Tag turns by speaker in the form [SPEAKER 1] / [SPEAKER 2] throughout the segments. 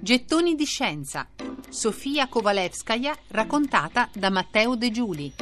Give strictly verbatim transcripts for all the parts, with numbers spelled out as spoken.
[SPEAKER 1] Gettoni di scienza. Sofia Kovalevskaja raccontata da Matteo De Giuli.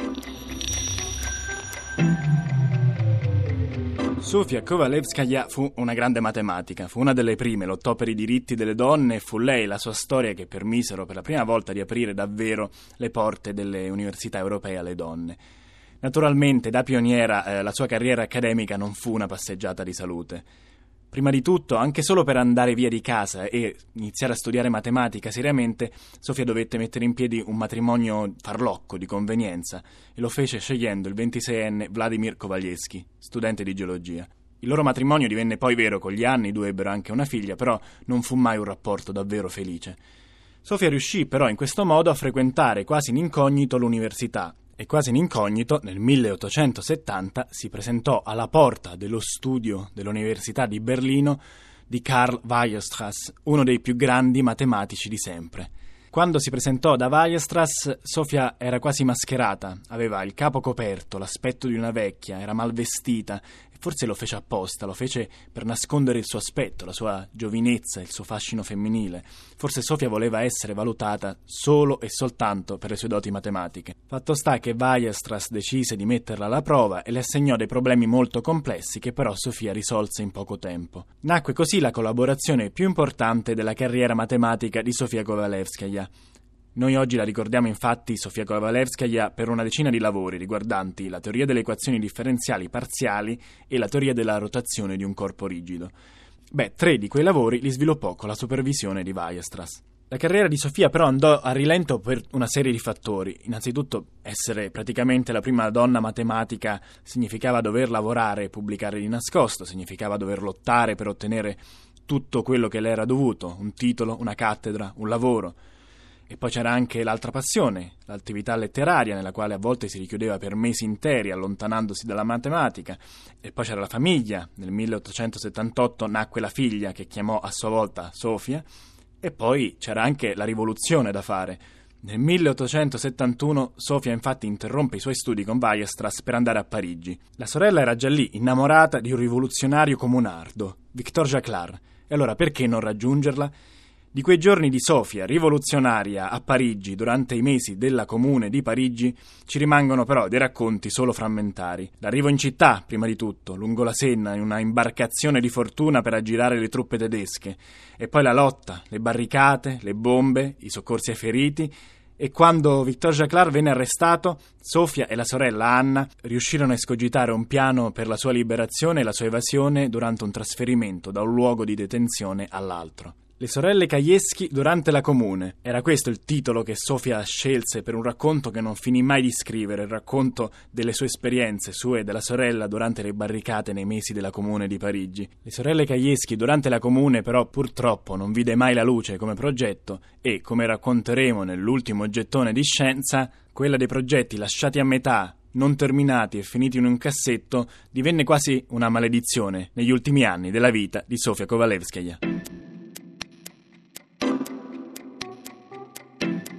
[SPEAKER 2] Sofia Kovalevskaja fu una grande matematica, fu una delle prime, lottò per i diritti delle donne e fu lei la sua storia che permisero per la prima volta di aprire davvero le porte delle università europee alle donne. Naturalmente, da pioniera, eh, la sua carriera accademica non fu una passeggiata di salute. Prima di tutto, anche solo per andare via di casa e iniziare a studiare matematica seriamente, Sofia dovette mettere in piedi un matrimonio farlocco di convenienza e lo fece scegliendo il ventiseienne Vladimir Kovalevskij, studente di geologia. Il loro matrimonio divenne poi vero con gli anni, i due ebbero anche una figlia, però non fu mai un rapporto davvero felice. Sofia riuscì però in questo modo a frequentare quasi in incognito l'università, e quasi in incognito, nel milleottocentosettanta, si presentò alla porta dello studio dell'Università di Berlino di Karl Weierstrass, uno dei più grandi matematici di sempre. Quando si presentò da Weierstrass, Sofia era quasi mascherata, aveva il capo coperto, l'aspetto di una vecchia, era mal vestita, e forse lo fece apposta, lo fece per nascondere il suo aspetto, la sua giovinezza, il suo fascino femminile. Forse Sofia voleva essere valutata solo e soltanto per le sue doti matematiche. Fatto sta che Weierstrass decise di metterla alla prova e le assegnò dei problemi molto complessi che però Sofia risolse in poco tempo. Nacque così la collaborazione più importante della carriera matematica di Sofia Kovalevskaja. Noi oggi la ricordiamo infatti, Sofia Kovalevskaja, per una decina di lavori riguardanti la teoria delle equazioni differenziali parziali e la teoria della rotazione di un corpo rigido. Beh, tre di quei lavori li sviluppò con la supervisione di Weierstrass. La carriera di Sofia però andò a rilento per una serie di fattori. Innanzitutto, essere praticamente la prima donna matematica significava dover lavorare e pubblicare di nascosto, significava dover lottare per ottenere tutto quello che le era dovuto, un titolo, una cattedra, un lavoro. E poi c'era anche l'altra passione, l'attività letteraria, nella quale a volte si richiudeva per mesi interi, allontanandosi dalla matematica. E poi c'era la famiglia. Nel milleottocentosettantotto nacque la figlia, che chiamò a sua volta Sofia. E poi c'era anche la rivoluzione da fare. Nel milleottocentosettantuno Sofia infatti interrompe i suoi studi con Weierstrass per andare a Parigi. La sorella era già lì, innamorata di un rivoluzionario comunardo, Victor Jaclar. E allora perché non raggiungerla? Di quei giorni di Sofia, rivoluzionaria a Parigi durante i mesi della Comune di Parigi, ci rimangono però dei racconti solo frammentari. L'arrivo in città, prima di tutto, lungo la Senna, in una imbarcazione di fortuna per aggirare le truppe tedesche, e poi la lotta, le barricate, le bombe, i soccorsi ai feriti, e quando Victor Jaclar venne arrestato, Sofia e la sorella Anna riuscirono a escogitare un piano per la sua liberazione e la sua evasione durante un trasferimento da un luogo di detenzione all'altro. Le sorelle Kajewski durante la Comune. Era questo il titolo che Sofia scelse per un racconto che non finì mai di scrivere, il racconto delle sue esperienze, sue e della sorella, durante le barricate nei mesi della Comune di Parigi. Le sorelle Kajewski durante la Comune però purtroppo non vide mai la luce come progetto e, come racconteremo nell'ultimo gettone di scienza, quella dei progetti lasciati a metà, non terminati e finiti in un cassetto, divenne quasi una maledizione negli ultimi anni della vita di Sofia Kovalevskaja.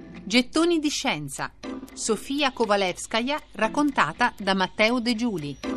[SPEAKER 1] Gettoni di scienza. Sofia Kovalevskaja raccontata da Matteo De Giuli.